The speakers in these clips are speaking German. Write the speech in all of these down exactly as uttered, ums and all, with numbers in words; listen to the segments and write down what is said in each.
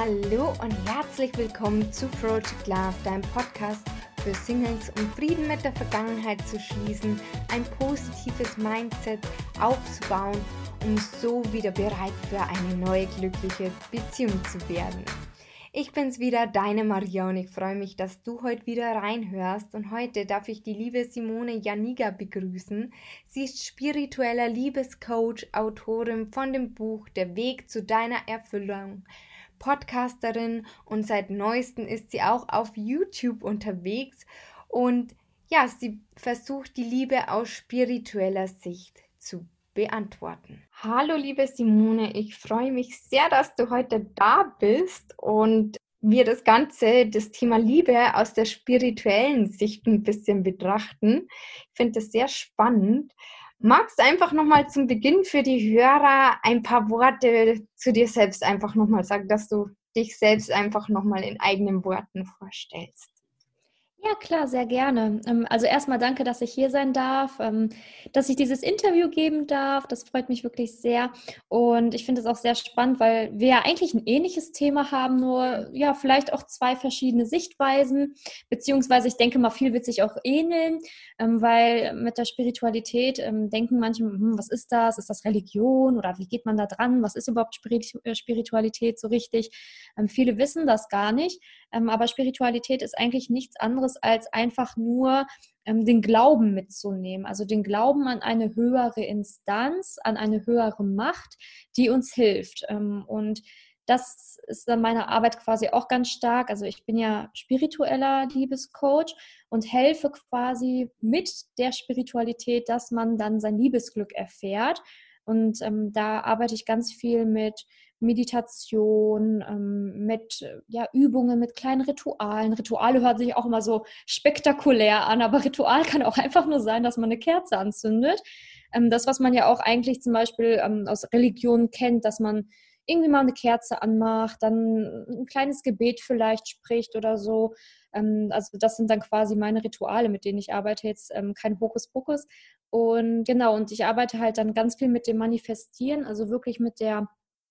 Hallo und herzlich willkommen zu Project Love, deinem Podcast für Singles, um Frieden mit der Vergangenheit zu schließen, ein positives Mindset aufzubauen, um so wieder bereit für eine neue glückliche Beziehung zu werden. Ich bin's wieder, deine Maria, und ich freue mich, dass du heute wieder reinhörst. Und heute darf ich die liebe Simone Janiga begrüßen. Sie ist spiritueller Liebescoach, Autorin von dem Buch Der Weg zu deiner Erfüllung, Podcasterin, und seit neuestem ist sie auch auf YouTube unterwegs. Und ja, sie versucht, die Liebe aus spiritueller Sicht zu beantworten. Hallo liebe Simone, ich freue mich sehr, dass du heute da bist und wir das Ganze, das Thema Liebe aus der spirituellen Sicht ein bisschen betrachten. Ich finde das sehr spannend. Magst du einfach nochmal zum Beginn für die Hörer ein paar Worte zu dir selbst einfach nochmal sagen, dass du dich selbst einfach nochmal in eigenen Worten vorstellst? Ja, klar, sehr gerne. Also erstmal danke, dass ich hier sein darf, dass ich dieses Interview geben darf. Das freut mich wirklich sehr. Und ich finde es auch sehr spannend, weil wir ja eigentlich ein ähnliches Thema haben, nur ja, vielleicht auch zwei verschiedene Sichtweisen. Beziehungsweise ich denke mal, viel wird sich auch ähneln, weil mit der Spiritualität denken manche, hm, was ist das? Ist das Religion oder wie geht man da dran? Was ist überhaupt Spiritualität so richtig? Viele wissen das gar nicht. Aber Spiritualität ist eigentlich nichts anderes als einfach nur ähm, den Glauben mitzunehmen. Also den Glauben an eine höhere Instanz, an eine höhere Macht, die uns hilft. Ähm, und das ist dann meine Arbeit quasi auch ganz stark. Also ich bin ja spiritueller Liebescoach und helfe quasi mit der Spiritualität, dass man dann sein Liebesglück erfährt. Und ähm, da arbeite ich ganz viel mit Meditation, ähm, mit ja, Übungen, mit kleinen Ritualen. Rituale hört sich auch immer so spektakulär an, aber Ritual kann auch einfach nur sein, dass man eine Kerze anzündet. Ähm, das, was man ja auch eigentlich zum Beispiel ähm, aus Religion kennt, dass man irgendwie mal eine Kerze anmacht, dann ein kleines Gebet vielleicht spricht oder so. Ähm, also das sind dann quasi meine Rituale, mit denen ich arbeite. Jetzt ähm, kein Hokuspokus. Und genau, und ich arbeite halt dann ganz viel mit dem Manifestieren, also wirklich mit der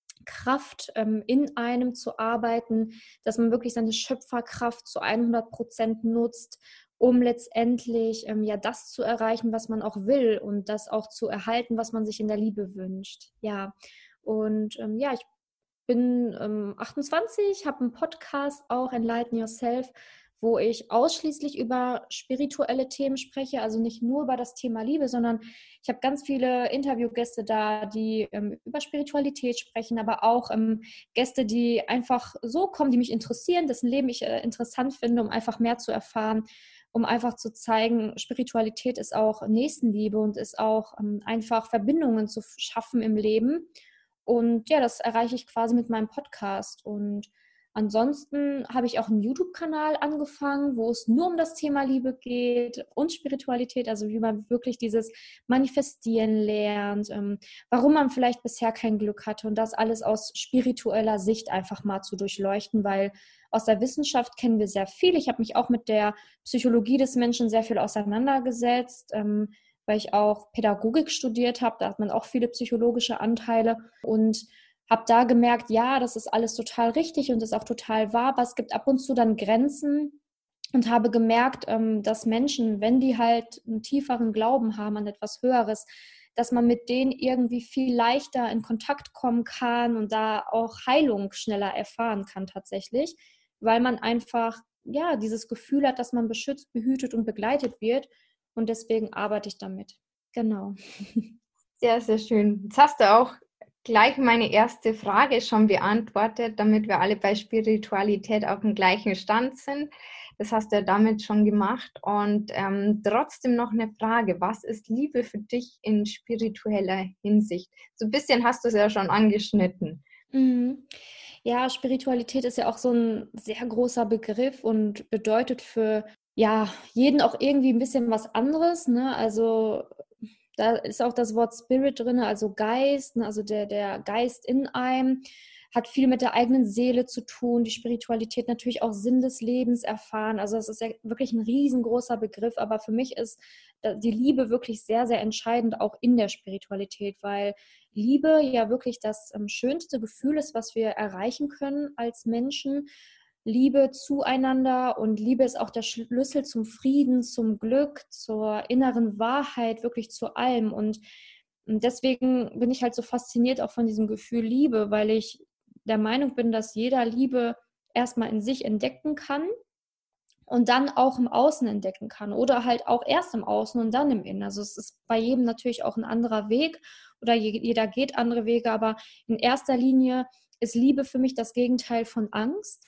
Kraft ähm, in einem zu arbeiten, dass man wirklich seine Schöpferkraft zu hundert Prozent nutzt, um letztendlich ähm, ja das zu erreichen, was man auch will und das auch zu erhalten, was man sich in der Liebe wünscht. Ja, und ähm, ja, ich bin ähm, achtundzwanzig, habe einen Podcast auch, Enlighten Yourself, wo ich ausschließlich über spirituelle Themen spreche, also nicht nur über das Thema Liebe, sondern ich habe ganz viele Interviewgäste da, die ähm, über Spiritualität sprechen, aber auch ähm, Gäste, die einfach so kommen, die mich interessieren, dessen Leben ich äh, interessant finde, um einfach mehr zu erfahren, um einfach zu zeigen, Spiritualität ist auch Nächstenliebe und ist auch ähm, einfach Verbindungen zu schaffen im Leben. Und ja, das erreiche ich quasi mit meinem Podcast. Und ansonsten habe ich auch einen YouTube-Kanal angefangen, wo es nur um das Thema Liebe geht und Spiritualität, also wie man wirklich dieses Manifestieren lernt, ähm, warum man vielleicht bisher kein Glück hatte und das alles aus spiritueller Sicht einfach mal zu durchleuchten, weil aus der Wissenschaft kennen wir sehr viel. Ich habe mich auch mit der Psychologie des Menschen sehr viel auseinandergesetzt, ähm, weil ich auch Pädagogik studiert habe. Da hat man auch viele psychologische Anteile und habe da gemerkt, ja, das ist alles total richtig und ist auch total wahr, aber es gibt ab und zu dann Grenzen und habe gemerkt, dass Menschen, wenn die halt einen tieferen Glauben haben an etwas Höheres, dass man mit denen irgendwie viel leichter in Kontakt kommen kann und da auch Heilung schneller erfahren kann tatsächlich, weil man einfach ja dieses Gefühl hat, dass man beschützt, behütet und begleitet wird. Und deswegen arbeite ich damit. Genau. Sehr, sehr schön. Jetzt hast du auch gleich meine erste Frage schon beantwortet, damit wir alle bei Spiritualität auf dem gleichen Stand sind. Das hast du ja damit schon gemacht. Und ähm, trotzdem noch eine Frage. Was ist Liebe für dich in spiritueller Hinsicht? So ein bisschen hast du es ja schon angeschnitten. Mhm. Ja, Spiritualität ist ja auch so ein sehr großer Begriff und bedeutet für ja, jeden auch irgendwie ein bisschen was anderes, ne? Also da ist auch das Wort Spirit drin, also Geist, ne, also der, der Geist in einem, hat viel mit der eigenen Seele zu tun, die Spiritualität natürlich auch Sinn des Lebens erfahren. Also es ist ja wirklich ein riesengroßer Begriff, aber für mich ist die Liebe wirklich sehr, sehr entscheidend, auch in der Spiritualität, weil Liebe ja wirklich das ähm, schönste Gefühl ist, was wir erreichen können als Menschen. Liebe zueinander, und Liebe ist auch der Schlüssel zum Frieden, zum Glück, zur inneren Wahrheit, wirklich zu allem. Und deswegen bin ich halt so fasziniert auch von diesem Gefühl Liebe, weil ich der Meinung bin, dass jeder Liebe erstmal in sich entdecken kann und dann auch im Außen entdecken kann oder halt auch erst im Außen und dann im Innen. Also es ist bei jedem natürlich auch ein anderer Weg oder jeder geht andere Wege, aber in erster Linie ist Liebe für mich das Gegenteil von Angst.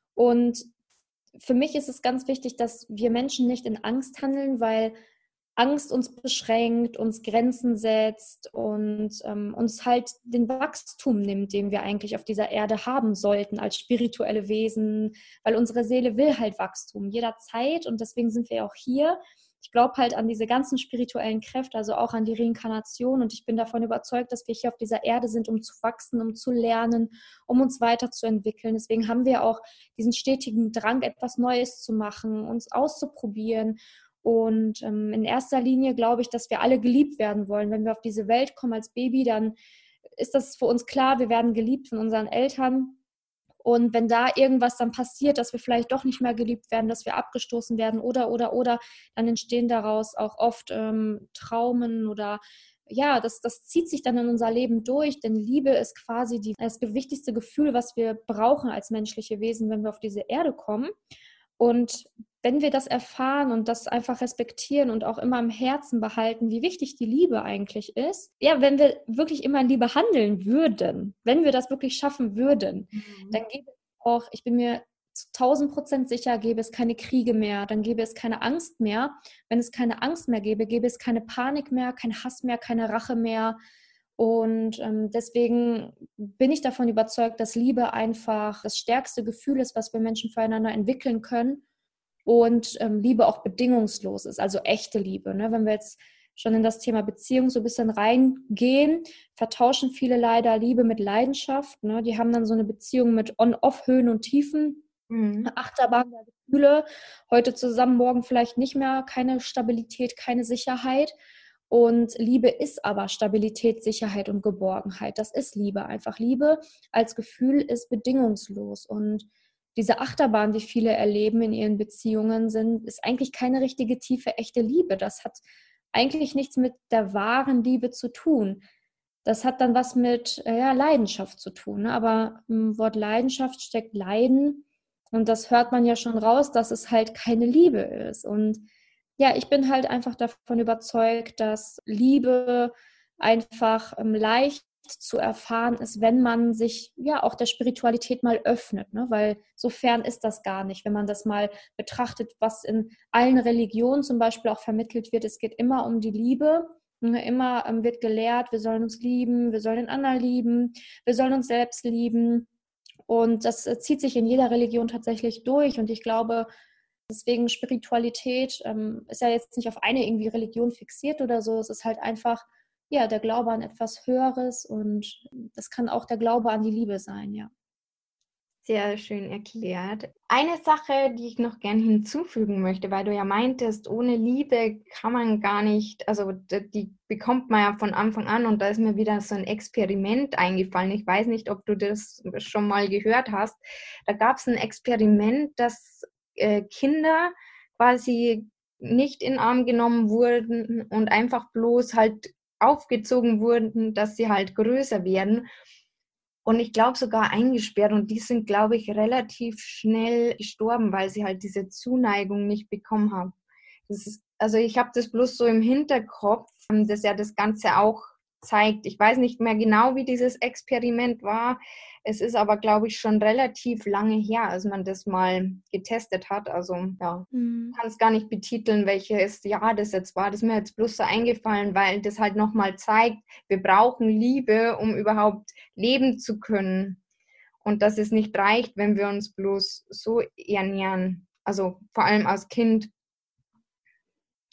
Und für mich ist es ganz wichtig, dass wir Menschen nicht in Angst handeln, weil Angst uns beschränkt, uns Grenzen setzt und ähm, uns halt den Wachstum nimmt, den wir eigentlich auf dieser Erde haben sollten als spirituelle Wesen, weil unsere Seele will halt Wachstum jederzeit, und deswegen sind wir auch hier. Ich glaube halt an diese ganzen spirituellen Kräfte, also auch an die Reinkarnation, und ich bin davon überzeugt, dass wir hier auf dieser Erde sind, um zu wachsen, um zu lernen, um uns weiterzuentwickeln. Deswegen haben wir auch diesen stetigen Drang, etwas Neues zu machen, uns auszuprobieren. Und ähm, in erster Linie glaube ich, dass wir alle geliebt werden wollen. Wenn wir auf diese Welt kommen als Baby, dann ist das für uns klar, wir werden geliebt von unseren Eltern. Und wenn da irgendwas dann passiert, dass wir vielleicht doch nicht mehr geliebt werden, dass wir abgestoßen werden oder, oder, oder, dann entstehen daraus auch oft ähm, Traumen oder ja, das, das zieht sich dann in unser Leben durch, denn Liebe ist quasi die, das wichtigste Gefühl, was wir brauchen als menschliche Wesen, wenn wir auf diese Erde kommen. Und wenn wir das erfahren und das einfach respektieren und auch immer im Herzen behalten, wie wichtig die Liebe eigentlich ist, ja, wenn wir wirklich immer in Liebe handeln würden, wenn wir das wirklich schaffen würden, mhm. dann gäbe es auch, ich bin mir zu tausend Prozent sicher, gäbe es keine Kriege mehr, dann gäbe es keine Angst mehr. Wenn es keine Angst mehr gäbe, gäbe es keine Panik mehr, kein Hass mehr, keine Rache mehr. Und ähm, deswegen bin ich davon überzeugt, dass Liebe einfach das stärkste Gefühl ist, was wir Menschen füreinander entwickeln können, und ähm, Liebe auch bedingungslos ist, also echte Liebe. Ne? Wenn wir jetzt schon in das Thema Beziehung so ein bisschen reingehen, vertauschen viele leider Liebe mit Leidenschaft. Ne? Die haben dann so eine Beziehung mit On-Off-Höhen und Tiefen, mhm. Achterbahn der Gefühle, heute zusammen, morgen vielleicht nicht mehr, keine Stabilität, keine Sicherheit. Und Liebe ist aber Stabilität, Sicherheit und Geborgenheit. Das ist Liebe einfach. Liebe als Gefühl ist bedingungslos. Und diese Achterbahn, die viele erleben in ihren Beziehungen, sind, ist eigentlich keine richtige, tiefe, echte Liebe. Das hat eigentlich nichts mit der wahren Liebe zu tun. Das hat dann was mit ja, Leidenschaft zu tun. Ne? Aber im Wort Leidenschaft steckt Leiden. Und das hört man ja schon raus, dass es halt keine Liebe ist. Und ja, ich bin halt einfach davon überzeugt, dass Liebe einfach ähm, leicht zu erfahren ist, wenn man sich ja auch der Spiritualität mal öffnet, ne? Weil so fern ist das gar nicht, wenn man das mal betrachtet, was in allen Religionen zum Beispiel auch vermittelt wird. Es geht immer um die Liebe, ne? Immer ähm, wird gelehrt, wir sollen uns lieben, wir sollen den anderen lieben, wir sollen uns selbst lieben, und das äh, zieht sich in jeder Religion tatsächlich durch, und ich glaube, deswegen Spiritualität ähm, ist ja jetzt nicht auf eine irgendwie Religion fixiert oder so, es ist halt einfach ja, der Glaube an etwas Höheres, und das kann auch der Glaube an die Liebe sein, ja. Sehr schön erklärt. Eine Sache, die ich noch gern hinzufügen möchte, weil du ja meintest, ohne Liebe kann man gar nicht, also die bekommt man ja von Anfang an, und da ist mir wieder so ein Experiment eingefallen. Ich weiß nicht, ob du das schon mal gehört hast. Da gab es ein Experiment, dass äh, Kinder quasi nicht in den Arm genommen wurden und einfach bloß halt aufgezogen wurden, dass sie halt größer werden. Und ich glaube sogar eingesperrt. Und die sind, glaube ich, relativ schnell gestorben, weil sie halt diese Zuneigung nicht bekommen haben. Das ist, also ich habe das bloß so im Hinterkopf, dass ja das Ganze auch zeigt. Ich weiß nicht mehr genau, wie dieses Experiment war. Es ist aber, glaube ich, schon relativ lange her, als man das mal getestet hat. Also ja, mhm. kann es gar nicht betiteln, welches Jahr das jetzt war. Das ist mir jetzt bloß so eingefallen, weil das halt nochmal zeigt, wir brauchen Liebe, um überhaupt leben zu können. Und dass es nicht reicht, wenn wir uns bloß so ernähren. Also vor allem als Kind.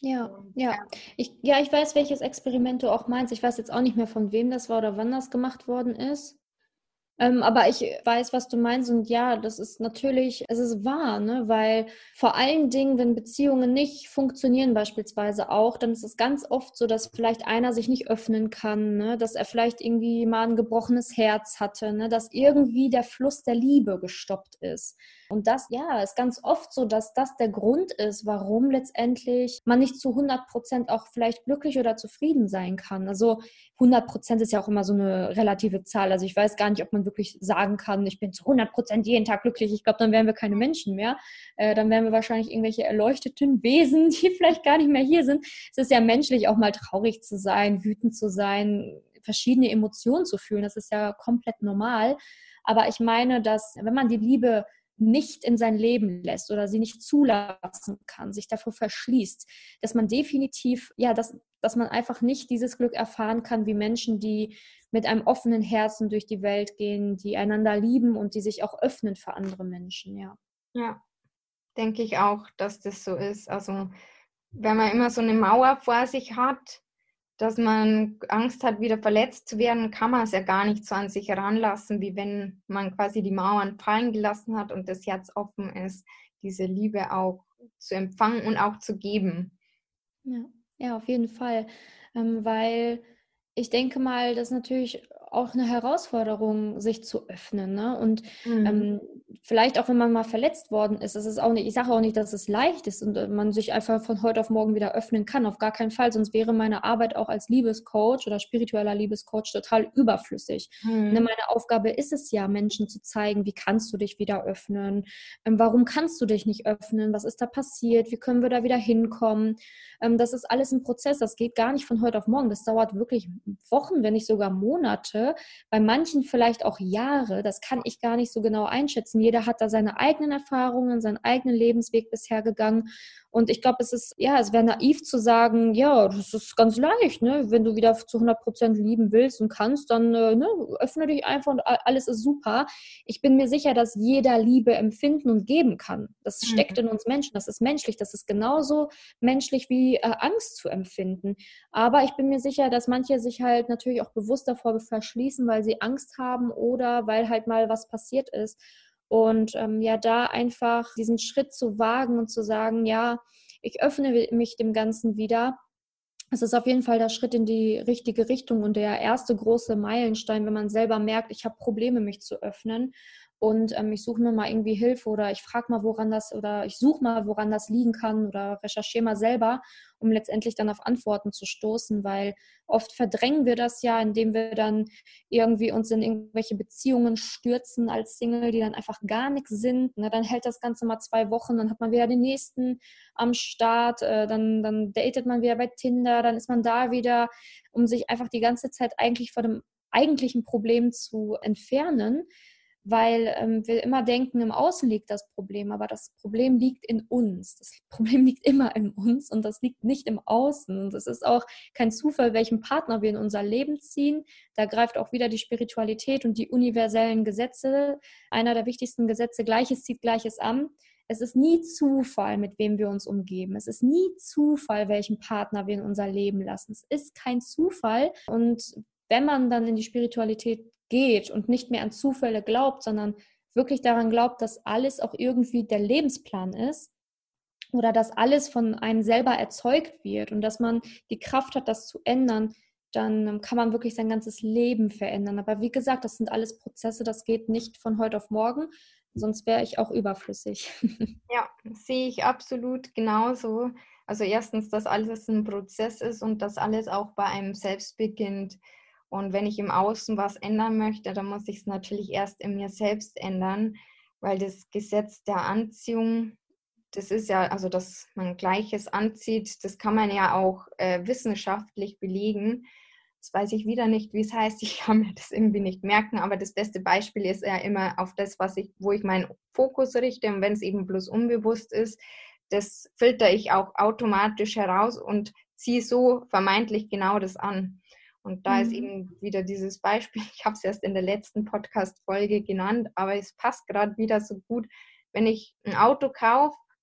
Ja, Und, ja. ja. Ich, ja, ich weiß, welches Experiment du auch meinst. Ich weiß jetzt auch nicht mehr, von wem das war oder wann das gemacht worden ist. Ähm, aber ich weiß, was du meinst, und ja, das ist natürlich, es ist wahr, ne? Weil vor allen Dingen, wenn Beziehungen nicht funktionieren beispielsweise auch, dann ist es ganz oft so, dass vielleicht einer sich nicht öffnen kann, ne? Dass er vielleicht irgendwie mal ein gebrochenes Herz hatte, ne? Dass irgendwie der Fluss der Liebe gestoppt ist. Und das, ja, ist ganz oft so, dass das der Grund ist, warum letztendlich man nicht zu hundert Prozent auch vielleicht glücklich oder zufrieden sein kann. Also hundert Prozent ist ja auch immer so eine relative Zahl. Also ich weiß gar nicht, ob man wirklich sagen kann, ich bin zu hundert Prozent jeden Tag glücklich. Ich glaube, dann wären wir keine Menschen mehr. Äh, dann wären wir wahrscheinlich irgendwelche erleuchteten Wesen, die vielleicht gar nicht mehr hier sind. Es ist ja menschlich, auch mal traurig zu sein, wütend zu sein, verschiedene Emotionen zu fühlen. Das ist ja komplett normal. Aber ich meine, dass wenn man die Liebe nicht in sein Leben lässt oder sie nicht zulassen kann, sich davor verschließt, dass man definitiv, ja, dass, dass man einfach nicht dieses Glück erfahren kann wie Menschen, die mit einem offenen Herzen durch die Welt gehen, die einander lieben und die sich auch öffnen für andere Menschen, ja. Ja, denke ich auch, dass das so ist. Also wenn man immer so eine Mauer vor sich hat, dass man Angst hat, wieder verletzt zu werden, kann man es ja gar nicht so an sich heranlassen, wie wenn man quasi die Mauern fallen gelassen hat und das Herz offen ist, diese Liebe auch zu empfangen und auch zu geben. Ja, ja, auf jeden Fall, ähm, weil ich denke mal, das ist natürlich auch eine Herausforderung, sich zu öffnen, ne? Und Mhm. ähm, vielleicht auch, wenn man mal verletzt worden ist, ist es auch nicht, ich sage auch nicht, dass es leicht ist und äh, man sich einfach von heute auf morgen wieder öffnen kann, auf gar keinen Fall, sonst wäre meine Arbeit auch als Liebescoach oder spiritueller Liebescoach total überflüssig. Ne, Mhm. meine Aufgabe ist es ja, Menschen zu zeigen, wie kannst du dich wieder öffnen, ähm, warum kannst du dich nicht öffnen, was ist da passiert, wie können wir da wieder hinkommen. Ähm, das ist alles ein Prozess, das geht gar nicht von heute auf morgen, das dauert wirklich Wochen, wenn nicht sogar Monate, bei manchen vielleicht auch Jahre, das kann ich gar nicht so genau einschätzen. Jeder hat da seine eigenen Erfahrungen, seinen eigenen Lebensweg bisher gegangen. Und ich glaube, es ist, ja, es wäre naiv zu sagen, ja, das ist ganz leicht, ne? Wenn du wieder zu hundert Prozent lieben willst und kannst, dann äh, ne, öffne dich einfach und alles ist super. Ich bin mir sicher, dass jeder Liebe empfinden und geben kann. Das steckt Mhm. in uns Menschen, das ist menschlich, das ist genauso menschlich wie äh, Angst zu empfinden. Aber ich bin mir sicher, dass manche sich halt natürlich auch bewusst davor verschließen, weil sie Angst haben oder weil halt mal was passiert ist. Und ähm, ja, da einfach diesen Schritt zu wagen und zu sagen, ja, ich öffne mich dem Ganzen wieder. Es ist auf jeden Fall der Schritt in die richtige Richtung und der erste große Meilenstein, wenn man selber merkt, ich habe Probleme, mich zu öffnen. Und ähm, ich suche mir mal irgendwie Hilfe oder ich frage mal, woran das oder ich suche mal, woran das liegen kann oder recherchiere mal selber, um letztendlich dann auf Antworten zu stoßen, weil oft verdrängen wir das ja, indem wir dann irgendwie uns in irgendwelche Beziehungen stürzen als Single, die dann einfach gar nichts sind. Ne? Dann hält das Ganze mal zwei Wochen, dann hat man wieder den nächsten am Start, äh, dann, dann datet man wieder bei Tinder, dann ist man da wieder, um sich einfach die ganze Zeit eigentlich vor dem eigentlichen Problem zu entfernen, weil ähm, wir immer denken, im Außen liegt das Problem, aber das Problem liegt in uns. Das Problem liegt immer in uns und das liegt nicht im Außen. Und es ist auch kein Zufall, welchen Partner wir in unser Leben ziehen. Da greift auch wieder die Spiritualität und die universellen Gesetze. Einer der wichtigsten Gesetze, Gleiches zieht Gleiches an. Es ist nie Zufall, mit wem wir uns umgeben. Es ist nie Zufall, welchen Partner wir in unser Leben lassen. Es ist kein Zufall. Und wenn man dann in die Spiritualität geht und nicht mehr an Zufälle glaubt, sondern wirklich daran glaubt, dass alles auch irgendwie der Lebensplan ist oder dass alles von einem selber erzeugt wird und dass man die Kraft hat, das zu ändern, dann kann man wirklich sein ganzes Leben verändern. Aber wie gesagt, das sind alles Prozesse, das geht nicht von heute auf morgen, sonst wäre ich auch überflüssig. Ja, sehe ich absolut genauso. Also erstens, dass alles ein Prozess ist und dass alles auch bei einem selbst beginnt. Und wenn ich im Außen was ändern möchte, dann muss ich es natürlich erst in mir selbst ändern, weil das Gesetz der Anziehung, das ist ja, also dass man Gleiches anzieht, das kann man ja auch äh, wissenschaftlich belegen. Das weiß ich wieder nicht, wie es heißt. Ich kann mir das irgendwie nicht merken, aber das beste Beispiel ist ja immer auf das, was ich, wo ich meinen Fokus richte. Und wenn es eben bloß unbewusst ist, das filter ich auch automatisch heraus und ziehe so vermeintlich genau das an. Und da ist Mhm. eben wieder dieses Beispiel, ich habe es erst in der letzten Podcast-Folge genannt, aber es passt gerade wieder so gut. Wenn ich ein Auto kaufe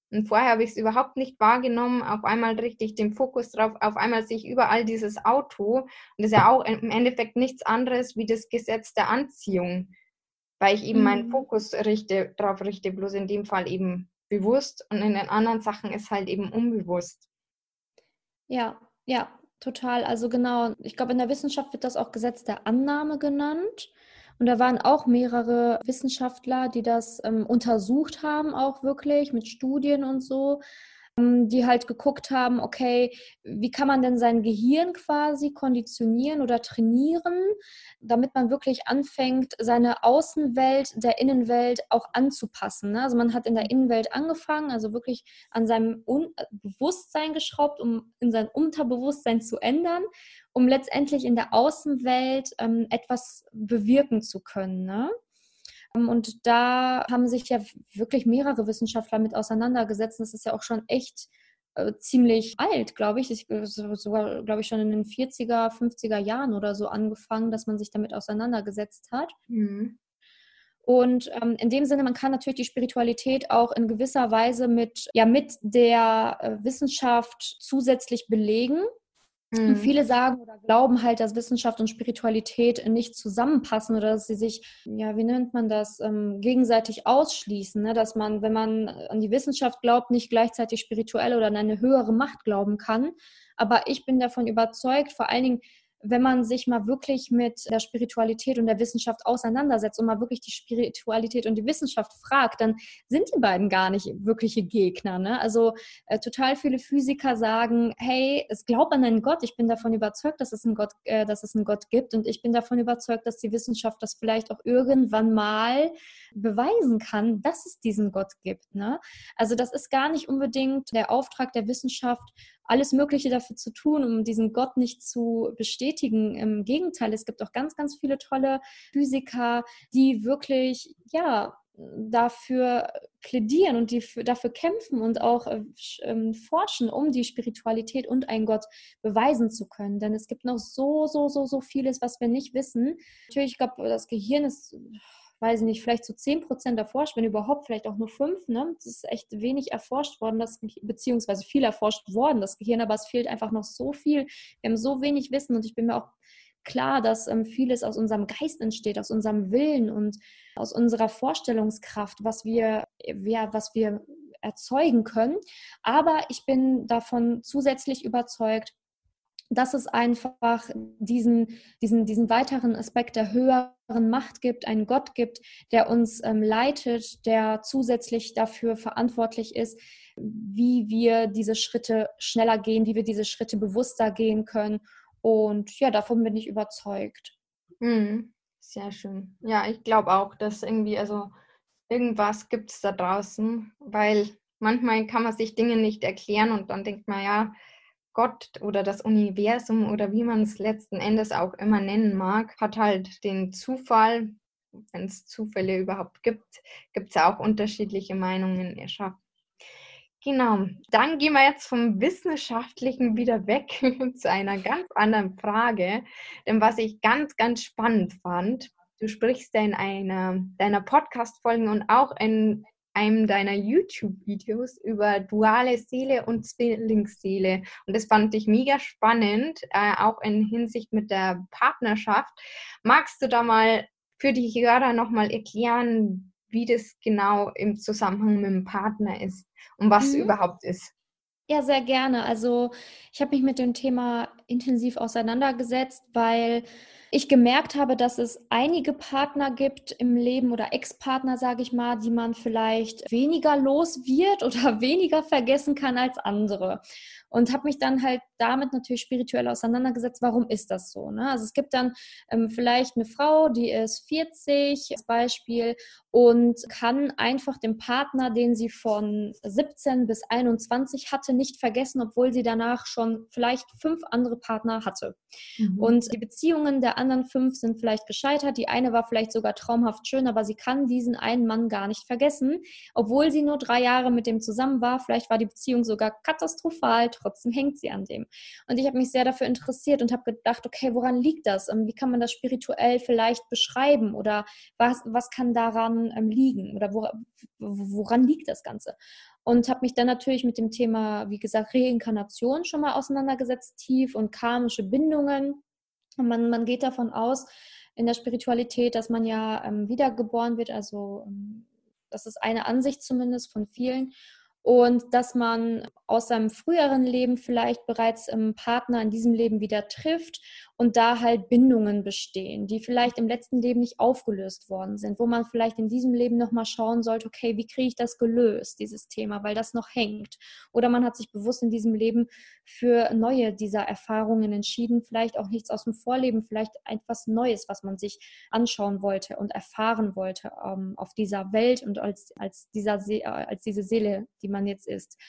Und vorher habe ich es überhaupt nicht wahrgenommen, auf einmal richtig den Fokus drauf, auf einmal sehe ich überall dieses Auto. Und das ist ja auch im Endeffekt nichts anderes wie das Gesetz der Anziehung, weil ich eben meinen Mhm. Fokus richte, drauf richte, bloß in dem Fall eben bewusst und in den anderen Sachen ist halt eben unbewusst. Ja, ja, total. Also genau, ich glaube, in der Wissenschaft wird das auch Gesetz der Annahme genannt. Und da waren auch mehrere Wissenschaftler, die das ähm, untersucht haben, auch wirklich mit Studien und so, ähm, die halt geguckt haben, okay, wie kann man denn sein Gehirn quasi konditionieren oder trainieren, damit man wirklich anfängt, seine Außenwelt der Innenwelt auch anzupassen. Ne? Also man hat in der Innenwelt angefangen, also wirklich an seinem Un- Bewusstsein geschraubt, um in sein Unterbewusstsein zu ändern, um letztendlich in der Außenwelt ähm, etwas bewirken zu können. Ne? Und da haben sich ja wirklich mehrere Wissenschaftler mit auseinandergesetzt. Das ist ja auch schon echt äh, ziemlich alt, glaube ich. ich. Sogar, glaube ich, schon in den vierziger, fünfziger Jahren oder so angefangen, dass man sich damit auseinandergesetzt hat. Mhm. Und ähm, in dem Sinne, man kann natürlich die Spiritualität auch in gewisser Weise mit, ja, mit der äh, Wissenschaft zusätzlich belegen. Und Mhm. viele sagen oder glauben halt, dass Wissenschaft und Spiritualität nicht zusammenpassen oder dass sie sich, ja, wie nennt man das, ähm, gegenseitig ausschließen. Ne? Dass man, wenn man an die Wissenschaft glaubt, nicht gleichzeitig spirituell oder an eine höhere Macht glauben kann. Aber ich bin davon überzeugt, vor allen Dingen, wenn man sich mal wirklich mit der Spiritualität und der Wissenschaft auseinandersetzt und mal wirklich die Spiritualität und die Wissenschaft fragt, dann sind die beiden gar nicht wirkliche Gegner. Ne? Also äh, total viele Physiker sagen, hey, es glaubt an einen Gott, ich bin davon überzeugt, dass es einen Gott, äh, dass es einen Gott gibt und ich bin davon überzeugt, dass die Wissenschaft das vielleicht auch irgendwann mal beweisen kann, dass es diesen Gott gibt. Ne? Also das ist gar nicht unbedingt der Auftrag der Wissenschaft, alles Mögliche dafür zu tun, um diesen Gott nicht zu bestätigen. Im Gegenteil, es gibt auch ganz, ganz viele tolle Physiker, die wirklich, ja, dafür plädieren und die für, dafür kämpfen und auch äh, ähm, forschen, um die Spiritualität und einen Gott beweisen zu können. Denn es gibt noch so, so, so, so vieles, was wir nicht wissen. Natürlich, ich glaube, das Gehirn ist, weiß ich nicht, vielleicht so zehn Prozent erforscht, wenn überhaupt, vielleicht auch nur fünf. Ne? Das ist echt wenig erforscht worden, das, beziehungsweise viel erforscht worden, das Gehirn, aber es fehlt einfach noch so viel. Wir haben so wenig Wissen und ich bin mir auch klar, dass ähm, vieles aus unserem Geist entsteht, aus unserem Willen und aus unserer Vorstellungskraft, was wir, ja, was wir erzeugen können. Aber ich bin davon zusätzlich überzeugt, dass es einfach diesen, diesen, diesen weiteren Aspekt der höheren Macht gibt, einen Gott gibt, der uns ähm, leitet, der zusätzlich dafür verantwortlich ist, wie wir diese Schritte schneller gehen, wie wir diese Schritte bewusster gehen können. Und ja, davon bin ich überzeugt. Mhm. Sehr schön. Ja, ich glaube auch, dass irgendwie, also irgendwas gibt es da draußen, weil manchmal kann man sich Dinge nicht erklären und dann denkt man, ja, Gott oder das Universum oder wie man es letzten Endes auch immer nennen mag, hat halt den Zufall, wenn es Zufälle überhaupt gibt, gibt es ja auch unterschiedliche Meinungen erschaffen. Genau, dann gehen wir jetzt vom Wissenschaftlichen wieder weg zu einer ganz anderen Frage. Denn was ich ganz, ganz spannend fand, du sprichst ja in einer deiner Podcast-Folgen und auch in einem deiner YouTube-Videos über duale Seele und Zwillingsseele. Und das fand ich mega spannend, äh, auch in Hinsicht mit der Partnerschaft. Magst du da mal für die Hörer nochmal erklären, wie das genau im Zusammenhang mit dem Partner ist und was Mhm. überhaupt ist? Ja, sehr gerne. Also ich habe mich mit dem Thema intensiv auseinandergesetzt, weil ich gemerkt habe, dass es einige Partner gibt im Leben oder Ex-Partner, sage ich mal, die man vielleicht weniger los wird oder weniger vergessen kann als andere. Und habe mich dann halt damit natürlich spirituell auseinandergesetzt, warum ist das so? Ne? Also es gibt dann ähm, vielleicht eine Frau, die ist vierzig als Beispiel und kann einfach den Partner, den sie von siebzehn bis einundzwanzig hatte, nicht vergessen, obwohl sie danach schon vielleicht fünf andere Partner hatte. Mhm. Und die Beziehungen der anderen fünf sind vielleicht gescheitert. Die eine war vielleicht sogar traumhaft schön, aber sie kann diesen einen Mann gar nicht vergessen, obwohl sie nur drei Jahre mit dem zusammen war. Vielleicht war die Beziehung sogar katastrophal, trotzdem hängt sie an dem. Und ich habe mich sehr dafür interessiert und habe gedacht, okay, woran liegt das? Wie kann man das spirituell vielleicht beschreiben? Oder was, was kann daran ähm, liegen? Oder wora, woran liegt das Ganze? und habe mich dann natürlich mit dem Thema, wie gesagt, Reinkarnation schon mal auseinandergesetzt, tief und karmische Bindungen. Und man, man geht davon aus, in der Spiritualität, dass man ja ähm, wiedergeboren wird, also ähm, das ist eine Ansicht zumindest von vielen. Und dass man aus seinem früheren Leben vielleicht bereits einen Partner in diesem Leben wieder trifft und da halt Bindungen bestehen, die vielleicht im letzten Leben nicht aufgelöst worden sind, wo man vielleicht in diesem Leben nochmal schauen sollte, okay, wie kriege ich das gelöst, dieses Thema, weil das noch hängt. Oder man hat sich bewusst in diesem Leben für neue dieser Erfahrungen entschieden, vielleicht auch nichts aus dem Vorleben, vielleicht etwas Neues, was man sich anschauen wollte und erfahren wollte ähm, auf dieser Welt und als, als, dieser See, als diese Seele, die man jetzt ist.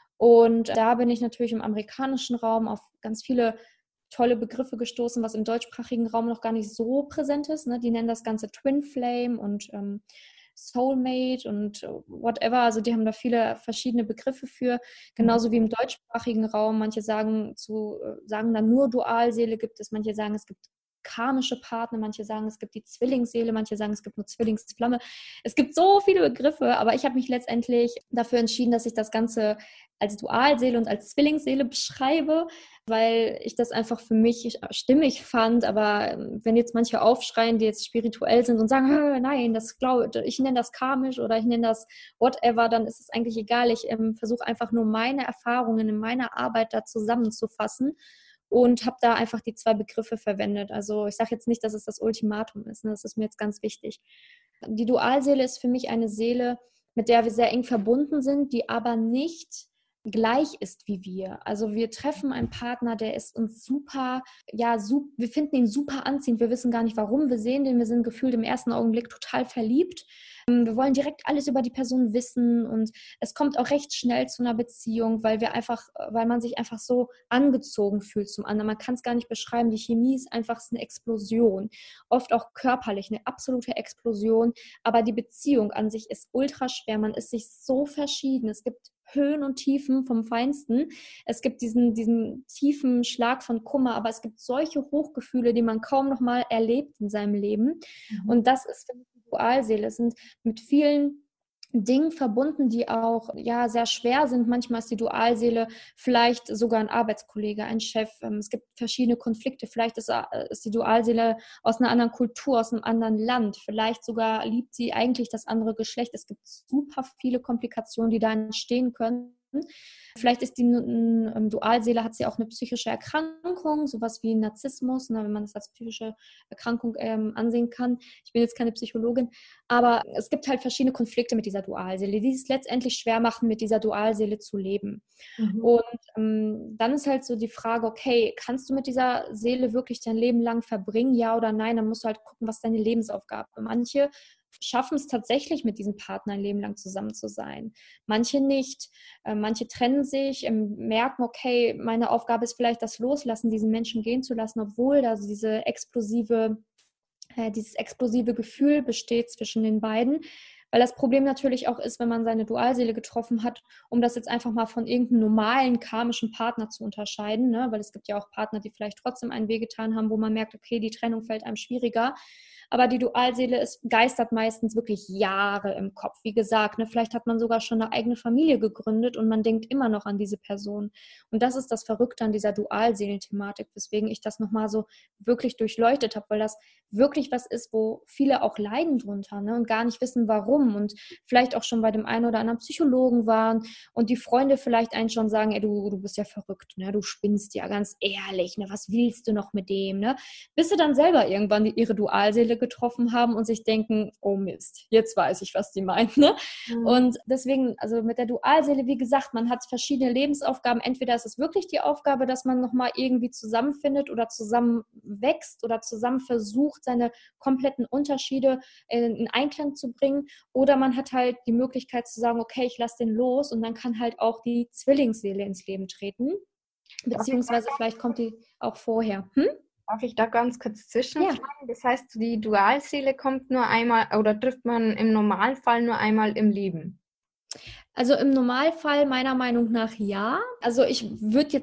Und da bin ich natürlich im amerikanischen Raum auf ganz viele tolle Begriffe gestoßen, was im deutschsprachigen Raum noch gar nicht so präsent ist. Ne? Die nennen das Ganze Twin Flame und ähm, Soulmate und whatever. Also die haben da viele verschiedene Begriffe für. Genauso wie im deutschsprachigen Raum. Manche sagen, zu, sagen dann nur Dualseele gibt es. Manche sagen, es gibt karmische Partner, manche sagen, es gibt die Zwillingsseele, manche sagen, es gibt nur Zwillingsflamme. Es gibt so viele Begriffe, aber ich habe mich letztendlich dafür entschieden, dass ich das Ganze als Dualseele und als Zwillingsseele beschreibe, weil ich das einfach für mich stimmig fand. Aber wenn jetzt manche aufschreien, die jetzt spirituell sind und sagen, nein, das glaube ich, nenne das karmisch oder ich nenne das whatever, dann ist es eigentlich egal. Ich ähm, versuche einfach nur meine Erfahrungen in meiner Arbeit da zusammenzufassen und habe da einfach die zwei Begriffe verwendet. Also ich sage jetzt nicht, dass es das Ultimatum ist, ne? Das ist mir jetzt ganz wichtig. Die Dualseele ist für mich eine Seele, mit der wir sehr eng verbunden sind, die aber nicht gleich ist wie wir. Also wir treffen einen Partner, der ist uns super, ja, super, wir finden ihn super anziehend, wir wissen gar nicht warum, wir sehen den, wir sind gefühlt im ersten Augenblick total verliebt. Wir wollen direkt alles über die Person wissen und es kommt auch recht schnell zu einer Beziehung, weil wir einfach, weil man sich einfach so angezogen fühlt zum anderen. Man kann es gar nicht beschreiben. Die Chemie ist einfach eine Explosion. Oft auch körperlich, eine absolute Explosion. Aber die Beziehung an sich ist ultra schwer. Man ist sich so verschieden. Es gibt Höhen und Tiefen vom Feinsten. Es gibt diesen, diesen tiefen Schlag von Kummer, aber es gibt solche Hochgefühle, die man kaum noch mal erlebt in seinem Leben. Mhm. Und das ist für mich die Dualseele. Es sind mit vielen Dingen verbunden, die auch ja sehr schwer sind. Manchmal ist die Dualseele vielleicht sogar ein Arbeitskollege, ein Chef. Es gibt verschiedene Konflikte. Vielleicht ist, ist die Dualseele aus einer anderen Kultur, aus einem anderen Land. Vielleicht sogar liebt sie eigentlich das andere Geschlecht. Es gibt super viele Komplikationen, die da entstehen können. Vielleicht ist die ähm, Dualseele, hat sie auch eine psychische Erkrankung, sowas wie Narzissmus, ne, wenn man das als psychische Erkrankung ähm, ansehen kann. Ich bin jetzt keine Psychologin, aber es gibt halt verschiedene Konflikte mit dieser Dualseele, die es letztendlich schwer machen, mit dieser Dualseele zu leben. Mhm. Und ähm, dann ist halt so die Frage, okay, kannst du mit dieser Seele wirklich dein Leben lang verbringen, ja oder nein? Dann musst du halt gucken, was deine Lebensaufgabe ist. Manche schaffen es tatsächlich, mit diesem Partner ein Leben lang zusammen zu sein. Manche nicht. Äh, manche trennen sich, ähm, merken, okay, meine Aufgabe ist vielleicht das Loslassen, diesen Menschen gehen zu lassen, obwohl da diese explosive, äh, dieses explosive Gefühl besteht zwischen den beiden. Weil das Problem natürlich auch ist, wenn man seine Dualseele getroffen hat, um das jetzt einfach mal von irgendeinem normalen karmischen Partner zu unterscheiden, ne? Weil es gibt ja auch Partner, die vielleicht trotzdem einen wehgetan haben, wo man merkt, okay, die Trennung fällt einem schwieriger. Aber die Dualseele ist, geistert meistens wirklich Jahre im Kopf. Wie gesagt, ne, vielleicht hat man sogar schon eine eigene Familie gegründet und man denkt immer noch an diese Person. Und das ist das Verrückte an dieser Dualseelen-Thematik, weswegen ich das nochmal so wirklich durchleuchtet habe, weil das wirklich was ist, wo viele auch leiden drunter, ne, und gar nicht wissen, warum. Und vielleicht auch schon bei dem einen oder anderen Psychologen waren und die Freunde vielleicht einen schon sagen, ey, du, du bist ja verrückt, ne, du spinnst ja, ganz ehrlich, ne, was willst du noch mit dem, ne? Bis sie dann selber irgendwann ihre Dualseele getroffen haben und sich denken, oh Mist, jetzt weiß ich, was die meinen. Ne? Mhm. Und deswegen, also mit der Dualseele, wie gesagt, man hat verschiedene Lebensaufgaben. Entweder ist es wirklich die Aufgabe, dass man nochmal irgendwie zusammenfindet oder zusammen wächst oder zusammen versucht, seine kompletten Unterschiede in, in Einklang zu bringen. Oder man hat halt die Möglichkeit zu sagen, okay, ich lasse den los und dann kann halt auch die Zwillingsseele ins Leben treten. Beziehungsweise vielleicht kommt die auch vorher. Hm? Darf ich da ganz kurz zwischenfragen? Ja. Das heißt, die Dualseele kommt nur einmal oder trifft man im Normalfall nur einmal im Leben? Also im Normalfall meiner Meinung nach ja. Also ich würde jetzt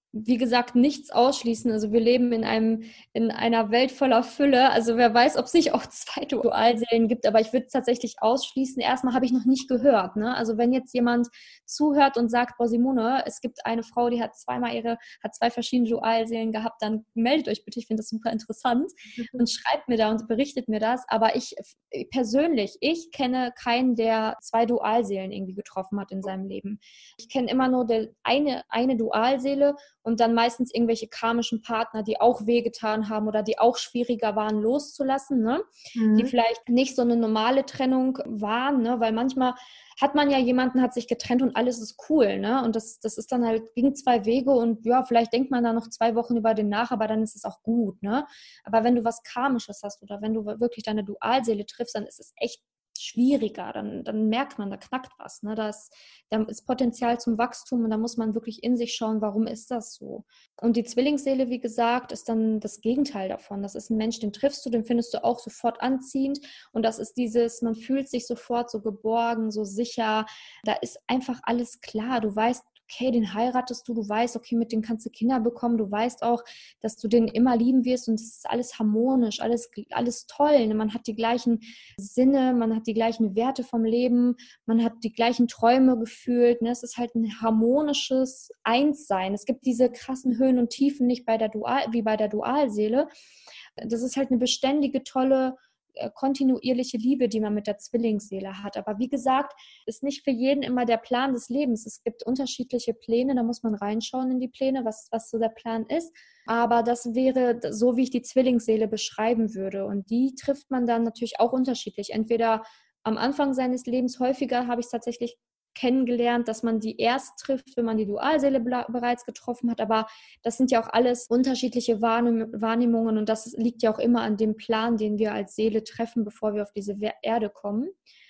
wie gesagt, nichts ausschließen. Also wir leben in einem, in einer Welt voller Fülle. Also wer weiß, ob es nicht auch zwei Dualseelen gibt, aber ich würde es tatsächlich ausschließen. Erstmal habe ich noch nicht gehört. Ne? Also wenn jetzt jemand zuhört und sagt, boah, Simone, es gibt eine Frau, die hat zweimal ihre, hat zwei verschiedene Dualseelen gehabt, dann meldet euch bitte. Ich finde das super interessant und schreibt mir da und berichtet mir das. Aber ich persönlich, ich kenne keinen, der zwei Dualseelen irgendwie getroffen hat in seinem Leben. Ich kenne immer nur der eine, eine Dualseele und dann meistens irgendwelche karmischen Partner, die auch wehgetan haben oder die auch schwieriger waren loszulassen, ne? Mhm. Die vielleicht nicht so eine normale Trennung waren, ne? Weil manchmal hat man ja jemanden, hat sich getrennt und alles ist cool, ne? Und das, das ist dann halt, ging zwei Wege und ja, vielleicht denkt man da noch zwei Wochen über den nach, aber dann ist es auch gut, ne? Aber wenn du was Karmisches hast oder wenn du wirklich deine Dualseele triffst, dann ist es echt schwieriger, dann, dann merkt man, da knackt was. Ne? Da, ist, da ist Potenzial zum Wachstum und da muss man wirklich in sich schauen, warum ist das so? Und die Zwillingsseele, wie gesagt, ist dann das Gegenteil davon. Das ist ein Mensch, den triffst du, den findest du auch sofort anziehend und das ist dieses, man fühlt sich sofort so geborgen, so sicher. Da ist einfach alles klar. Du weißt, okay, den heiratest du, du weißt, okay, mit dem kannst du Kinder bekommen, du weißt auch, dass du den immer lieben wirst und es ist alles harmonisch, alles, alles toll. Ne? Man hat die gleichen Sinne, man hat die gleichen Werte vom Leben, man hat die gleichen Träume gefühlt. Ne? Es ist halt ein harmonisches Einssein. Es gibt diese krassen Höhen und Tiefen nicht bei der Dual, wie bei der Dualseele. Das ist halt eine beständige, tolle, kontinuierliche Liebe, die man mit der Zwillingsseele hat. Aber wie gesagt, ist nicht für jeden immer der Plan des Lebens. Es gibt unterschiedliche Pläne, da muss man reinschauen in die Pläne, was, was so der Plan ist. Aber das wäre so, wie ich die Zwillingsseele beschreiben würde. Und die trifft man dann natürlich auch unterschiedlich. Entweder am Anfang seines Lebens, häufiger habe ich es tatsächlich kennengelernt, dass man die erst trifft, wenn man die Dualseele bereits getroffen hat, aber das sind ja auch alles unterschiedliche Wahrnehmungen und das liegt ja auch immer an dem Plan, den wir als Seele treffen, bevor wir auf diese Erde kommen.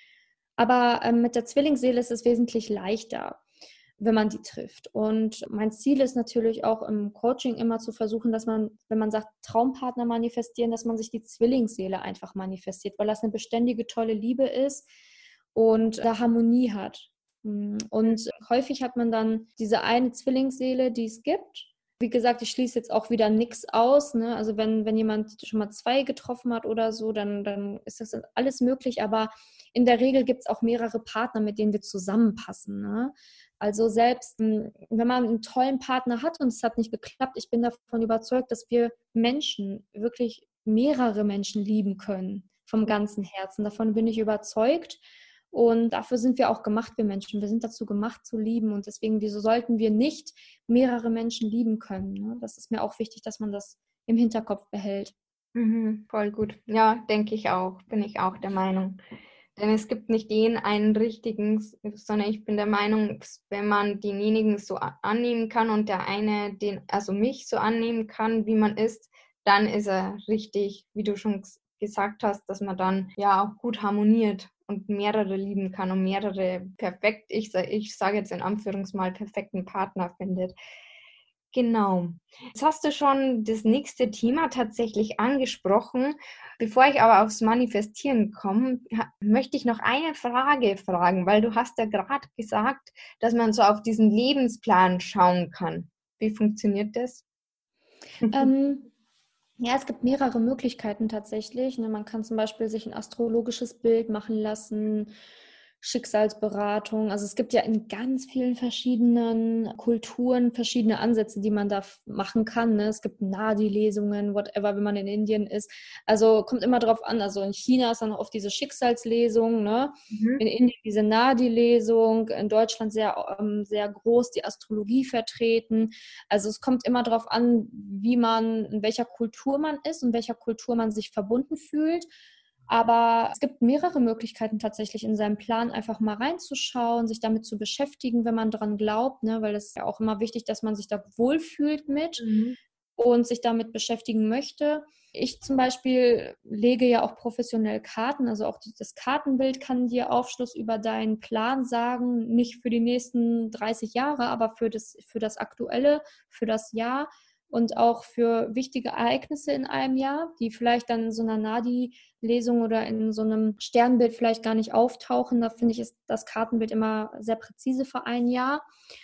Aber ähm, mit der Zwillingsseele ist es wesentlich leichter, wenn man die trifft. Und mein Ziel ist natürlich auch im Coaching immer zu versuchen, dass man, wenn man sagt, Traumpartner manifestieren, dass man sich die Zwillingsseele einfach manifestiert, weil das eine beständige, tolle Liebe ist und da Harmonie hat. Und häufig hat man dann diese eine Zwillingsseele, die es gibt. Wie gesagt, ich schließe jetzt auch wieder nichts aus. Ne? Also wenn, wenn jemand schon mal zwei getroffen hat oder so, dann, dann ist das alles möglich. Aber in der Regel gibt es auch mehrere Partner, mit denen wir zusammenpassen. Ne? Also selbst wenn man einen tollen Partner hat und es hat nicht geklappt, ich bin davon überzeugt, dass wir Menschen, wirklich mehrere Menschen lieben können vom ganzen Herzen. Davon bin ich überzeugt. Und dafür sind wir auch gemacht, wir Menschen. Wir sind dazu gemacht, zu lieben. Und deswegen, wieso sollten wir nicht mehrere Menschen lieben können? Ne? Das ist mir auch wichtig, dass man das im Hinterkopf behält. Mhm, voll gut. Ja, denke ich auch. Bin ich auch der Meinung. Denn es gibt nicht den einen richtigen, sondern ich bin der Meinung, wenn man denjenigen so annehmen kann und der eine den, also mich so annehmen kann, wie man ist, dann ist er richtig, wie du schon gesagt hast, dass man dann ja auch gut harmoniert und mehrere lieben kann und mehrere perfekt, ich, ich sage jetzt in Anführungsmal, perfekten Partner findet. Genau. Jetzt hast du schon das nächste Thema tatsächlich angesprochen. Bevor ich aber aufs Manifestieren komme, möchte ich noch eine Frage fragen, weil du hast ja gerade gesagt, dass man so auf diesen Lebensplan schauen kann. Wie funktioniert das? Ähm, ja, es gibt mehrere Möglichkeiten tatsächlich. Ne? Man kann zum Beispiel sich ein astrologisches Bild machen lassen, Schicksalsberatung. Also es gibt ja in ganz vielen verschiedenen Kulturen verschiedene Ansätze, die man da machen kann. Ne? Es gibt Nadi-Lesungen, whatever, wenn man in Indien ist. Also kommt immer drauf an. Also in China ist dann oft diese Schicksalslesung, ne? Mhm. In Indien diese Nadi-Lesung, in Deutschland sehr, ähm, sehr groß die Astrologie vertreten. Also es kommt immer drauf an, wie man, in welcher Kultur man ist und welcher Kultur man sich verbunden fühlt. Aber es gibt mehrere Möglichkeiten tatsächlich in seinem Plan einfach mal reinzuschauen, sich damit zu beschäftigen, wenn man dran glaubt, ne? Weil es ist ja auch immer wichtig, dass man sich da wohlfühlt mit mhm. und sich damit beschäftigen möchte. Ich zum Beispiel lege ja auch professionell Karten, also auch das Kartenbild kann dir Aufschluss über deinen Plan sagen, nicht für die nächsten dreißig Jahre, aber für das, für das Aktuelle, für das Jahr. Und auch für wichtige Ereignisse in einem Jahr, die vielleicht dann in so einer Nadi-Lesung oder in so einem Sternbild vielleicht gar nicht auftauchen. Da finde ich, ist das Kartenbild immer sehr präzise für ein Jahr.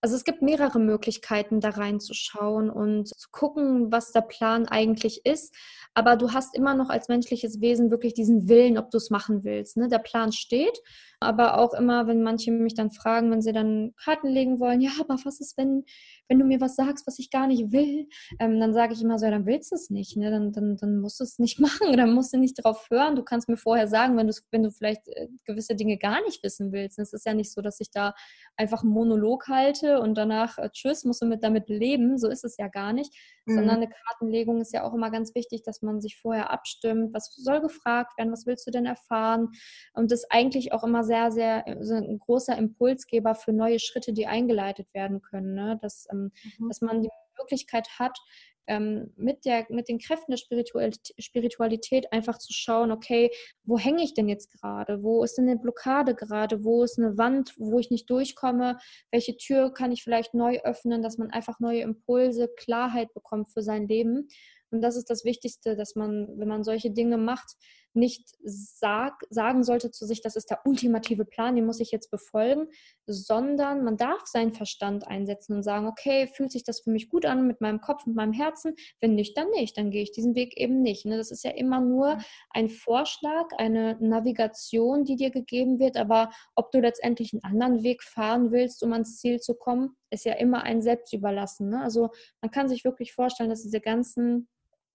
Also es gibt mehrere Möglichkeiten, da reinzuschauen und zu gucken, was der Plan eigentlich ist. Aber du hast immer noch als menschliches Wesen wirklich diesen Willen, ob du es machen willst. Ne? Der Plan steht, aber auch immer, wenn manche mich dann fragen, wenn sie dann Karten legen wollen, ja, aber was ist, wenn, wenn du mir was sagst, was ich gar nicht will? Ähm, dann sage ich immer so, ja, dann willst du es nicht. Ne? Dann, dann, dann musst du es nicht machen, dann musst du nicht drauf hören. Du kannst mir vorher sagen, wenn, wenn du vielleicht äh, gewisse Dinge gar nicht wissen willst. Es ist ja nicht so, dass ich da einfach einen Monolog halte und danach, äh, tschüss, musst du mit damit leben. So ist es ja gar nicht. Mhm. Sondern eine Kartenlegung ist ja auch immer ganz wichtig, dass man sich vorher abstimmt. Was soll gefragt werden? Was willst du denn erfahren? Und das ist eigentlich auch immer sehr, sehr so ein großer Impulsgeber für neue Schritte, die eingeleitet werden können. Ne? Dass, ähm, mhm. dass man die Möglichkeit hat, ähm, mit, der, mit den Kräften der Spiritualität, Spiritualität einfach zu schauen, okay, wo hänge ich denn jetzt gerade? Wo ist denn eine Blockade gerade? Wo ist eine Wand, wo ich nicht durchkomme? Welche Tür kann ich vielleicht neu öffnen, dass man einfach neue Impulse, Klarheit bekommt für sein Leben? Und das ist das Wichtigste, dass man, wenn man solche Dinge macht, nicht sag, sagen sollte zu sich, das ist der ultimative Plan, den muss ich jetzt befolgen, sondern man darf seinen Verstand einsetzen und sagen, okay, fühlt sich das für mich gut an mit meinem Kopf, mit meinem Herzen? Wenn nicht, dann nicht, dann gehe ich diesen Weg eben nicht. Das ist ja immer nur ein Vorschlag, eine Navigation, die dir gegeben wird, aber ob du letztendlich einen anderen Weg fahren willst, um ans Ziel zu kommen, ist ja immer ein selbst überlassen. Also man kann sich wirklich vorstellen, dass diese ganzen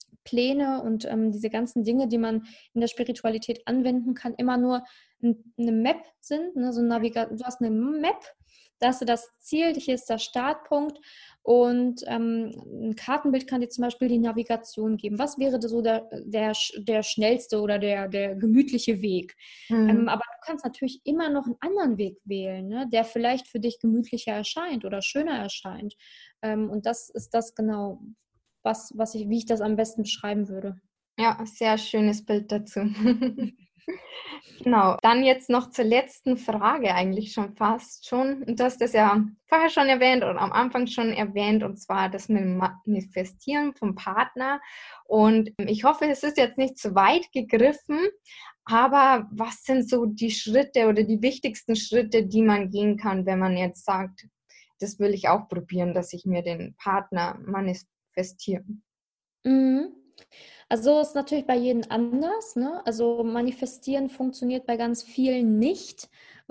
Pläne und ähm, diese ganzen Dinge, die man in der Spiritualität anwenden kann, immer nur ein, eine Map sind, ne? So ein Naviga- du hast eine Map, da hast du das Ziel, hier ist der Startpunkt und ähm, ein Kartenbild kann dir zum Beispiel die Navigation geben. Was wäre so der, der, der schnellste oder der, der gemütliche Weg? Mhm. Ähm, aber du kannst natürlich immer noch einen anderen Weg wählen, ne? Der vielleicht für dich gemütlicher erscheint oder schöner erscheint. Ähm, und das ist das genau, Was, was ich, wie ich das am besten beschreiben würde. Ja, sehr schönes Bild dazu. Genau, dann jetzt noch zur letzten Frage eigentlich schon fast schon. Du hast das ja vorher schon erwähnt oder am Anfang schon erwähnt, und zwar das Manifestieren vom Partner. Und ich hoffe, es ist jetzt nicht zu weit gegriffen, aber was sind so die Schritte oder die wichtigsten Schritte, die man gehen kann, wenn man jetzt sagt, das will ich auch probieren, dass ich mir den Partner manifestiere? Mhm. Also ist natürlich bei jedem anders, ne? Also manifestieren funktioniert bei ganz vielen nicht,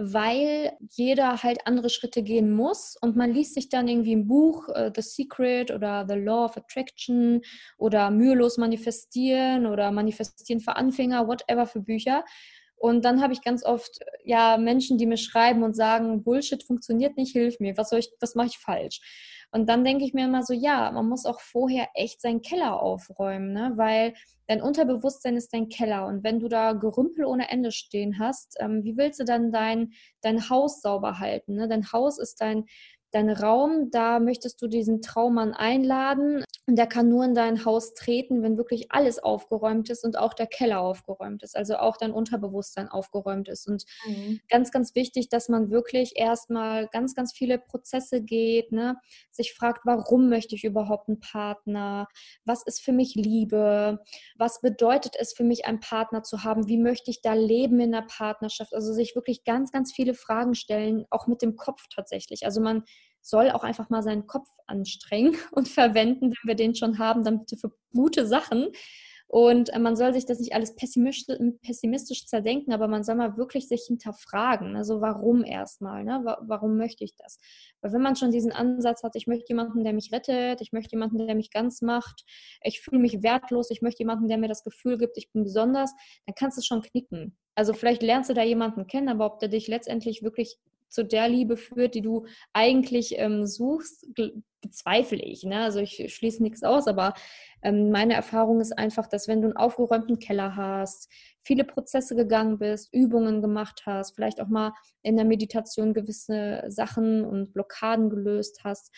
weil jeder halt andere Schritte gehen muss und man liest sich dann irgendwie ein Buch, äh, The Secret oder The Law of Attraction oder Mühelos manifestieren oder Manifestieren für Anfänger, whatever für Bücher. Und dann habe ich ganz oft ja Menschen, die mir schreiben und sagen, Bullshit funktioniert nicht, hilf mir, was soll ich, was mache ich falsch? Und dann denke ich mir immer so, ja, man muss auch vorher echt seinen Keller aufräumen, ne? Weil dein Unterbewusstsein ist dein Keller. Und wenn du da Gerümpel ohne Ende stehen hast, ähm, wie willst du dann dein, dein Haus sauber halten? Ne? Dein Haus ist dein, dein Raum, da möchtest du diesen Traummann einladen und der kann nur in dein Haus treten, wenn wirklich alles aufgeräumt ist und auch der Keller aufgeräumt ist, also auch dein Unterbewusstsein aufgeräumt ist. Und mhm. ganz, ganz wichtig, dass man wirklich erstmal ganz, ganz viele Prozesse geht, ne? Sich fragt, warum möchte ich überhaupt einen Partner? Was ist für mich Liebe? Was bedeutet es für mich, einen Partner zu haben? Wie möchte ich da leben in der Partnerschaft? Also sich wirklich ganz, ganz viele Fragen stellen, auch mit dem Kopf tatsächlich. Also man soll auch einfach mal seinen Kopf anstrengen und verwenden, wenn wir den schon haben, dann bitte für gute Sachen. Und man soll sich das nicht alles pessimistisch, pessimistisch zerdenken, aber man soll mal wirklich sich hinterfragen. Also warum erstmal? Ne? Warum möchte ich das? Weil wenn man schon diesen Ansatz hat, ich möchte jemanden, der mich rettet, ich möchte jemanden, der mich ganz macht, ich fühle mich wertlos, ich möchte jemanden, der mir das Gefühl gibt, ich bin besonders, dann kannst du schon knicken. Also vielleicht lernst du da jemanden kennen, aber ob der dich letztendlich wirklich zu der Liebe führt, die du eigentlich ähm, suchst, bezweifle ich. Ne? Also ich schließe nichts aus, aber ähm, meine Erfahrung ist einfach, dass wenn du einen aufgeräumten Keller hast, viele Prozesse gegangen bist, Übungen gemacht hast, vielleicht auch mal in der Meditation gewisse Sachen und Blockaden gelöst hast,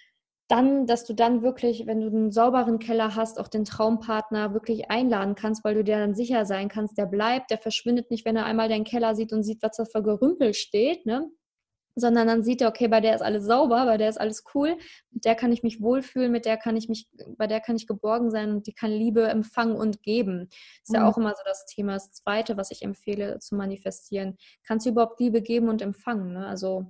dann, dass du dann wirklich, wenn du einen sauberen Keller hast, auch den Traumpartner wirklich einladen kannst, weil du dir dann sicher sein kannst, der bleibt, der verschwindet nicht, wenn er einmal deinen Keller sieht und sieht, was da für Gerümpel steht, ne? Sondern dann sieht er, okay, bei der ist alles sauber, bei der ist alles cool, mit der kann ich mich wohlfühlen, mit der kann ich mich, bei der kann ich geborgen sein und die kann Liebe empfangen und geben. Das ist mhm. ja auch immer so das Thema. Das Zweite, was ich empfehle zu manifestieren. Kannst du überhaupt Liebe geben und empfangen? Ne? Also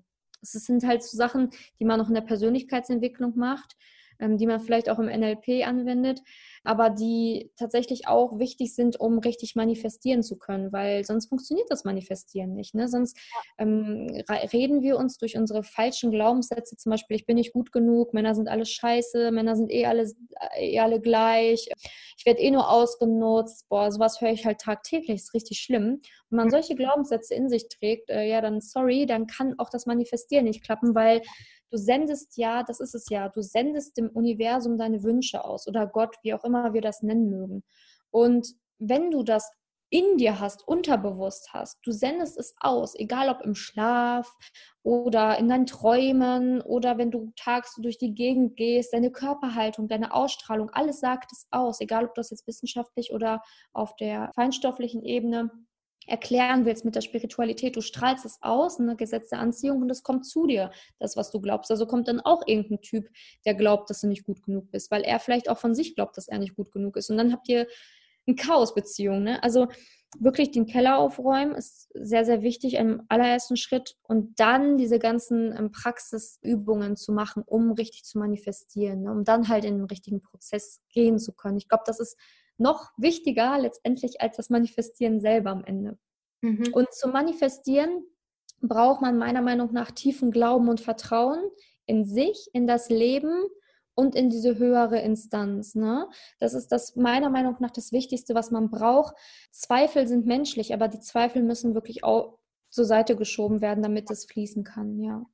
Es sind halt so Sachen, die man noch in der Persönlichkeitsentwicklung macht, ähm, die man vielleicht auch im N L P anwendet, aber die tatsächlich auch wichtig sind, um richtig manifestieren zu können, weil sonst funktioniert das Manifestieren nicht. Ne? Sonst ähm, reden wir uns durch unsere falschen Glaubenssätze, zum Beispiel, ich bin nicht gut genug, Männer sind alle scheiße, Männer sind eh alle, eh alle gleich, ich werde eh nur ausgenutzt, boah, sowas höre ich halt tagtäglich, ist richtig schlimm. Wenn man solche Glaubenssätze in sich trägt, äh, ja, dann sorry, dann kann auch das Manifestieren nicht klappen, weil du sendest ja, das ist es ja, du sendest dem Universum deine Wünsche aus oder Gott, wie auch immer wir das nennen mögen. Und wenn du das in dir hast, unterbewusst hast, du sendest es aus, egal ob im Schlaf oder in deinen Träumen oder wenn du tags durch die Gegend gehst, deine Körperhaltung, deine Ausstrahlung, alles sagt es aus, egal ob das jetzt wissenschaftlich oder auf der feinstofflichen Ebene erklären willst mit der Spiritualität, du strahlst es aus, eine Gesetz der Anziehung und es kommt zu dir, das, was du glaubst. Also kommt dann auch irgendein Typ, der glaubt, dass du nicht gut genug bist, weil er vielleicht auch von sich glaubt, dass er nicht gut genug ist. Und dann habt ihr eine Chaosbeziehung. Ne? Also wirklich den Keller aufräumen ist sehr, sehr wichtig im allerersten Schritt und dann diese ganzen ähm, Praxisübungen zu machen, um richtig zu manifestieren, ne? Um dann halt in den richtigen Prozess gehen zu können. Ich glaube, das ist noch wichtiger letztendlich als das Manifestieren selber am Ende. Mhm. Und zum Manifestieren braucht man meiner Meinung nach tiefen Glauben und Vertrauen in sich, in das Leben und in diese höhere Instanz. Ne? Das ist das meiner Meinung nach das Wichtigste, was man braucht. Zweifel sind menschlich, aber die Zweifel müssen wirklich auch zur Seite geschoben werden, damit es fließen kann. Ja.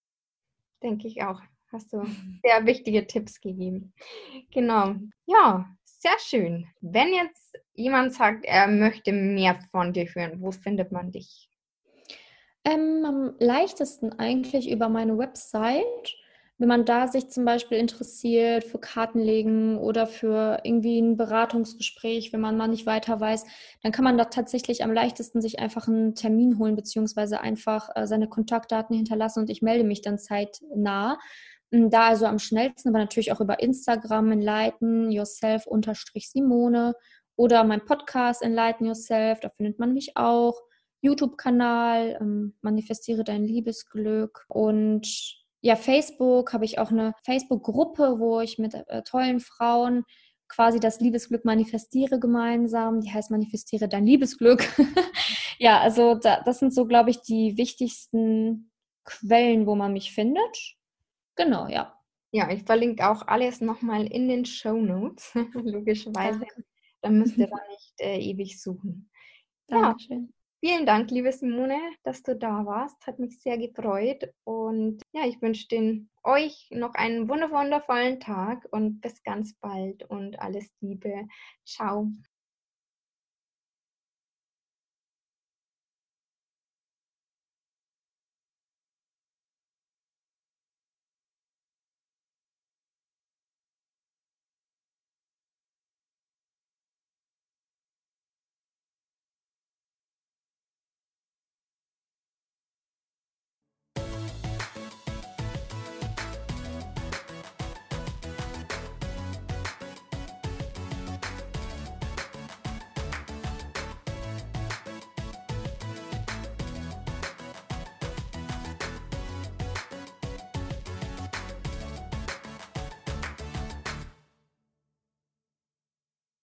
Denke ich auch. Hast du sehr wichtige Tipps gegeben. Genau. Ja, sehr schön. Wenn jetzt jemand sagt, er möchte mehr von dir hören, wo findet man dich? Ähm, am leichtesten eigentlich über meine Website. Wenn man da sich zum Beispiel interessiert für Kartenlegen oder für irgendwie ein Beratungsgespräch, wenn man mal nicht weiter weiß, dann kann man da tatsächlich am leichtesten sich einfach einen Termin holen, beziehungsweise einfach äh, seine Kontaktdaten hinterlassen und ich melde mich dann zeitnah. Da also am schnellsten, aber natürlich auch über Instagram Enlighten Yourself-Simone oder mein Podcast Enlighten Yourself, da findet man mich auch. YouTube-Kanal, ähm, Manifestiere dein Liebesglück und ja, Facebook habe ich auch eine Facebook-Gruppe, wo ich mit äh, tollen Frauen quasi das Liebesglück manifestiere gemeinsam. Die heißt Manifestiere dein Liebesglück. Ja, also da, das sind so, glaube ich, die wichtigsten Quellen, wo man mich findet. Genau, ja. Ja, ich verlinke auch alles nochmal in den Shownotes, logischerweise. Danke. Dann müsst ihr da nicht äh, ewig suchen. Dankeschön. Ja, vielen Dank, liebe Simone, dass du da warst. Hat mich sehr gefreut. Und ja, ich wünsche den, euch noch einen wundervollen Tag und bis ganz bald und alles Liebe. Ciao.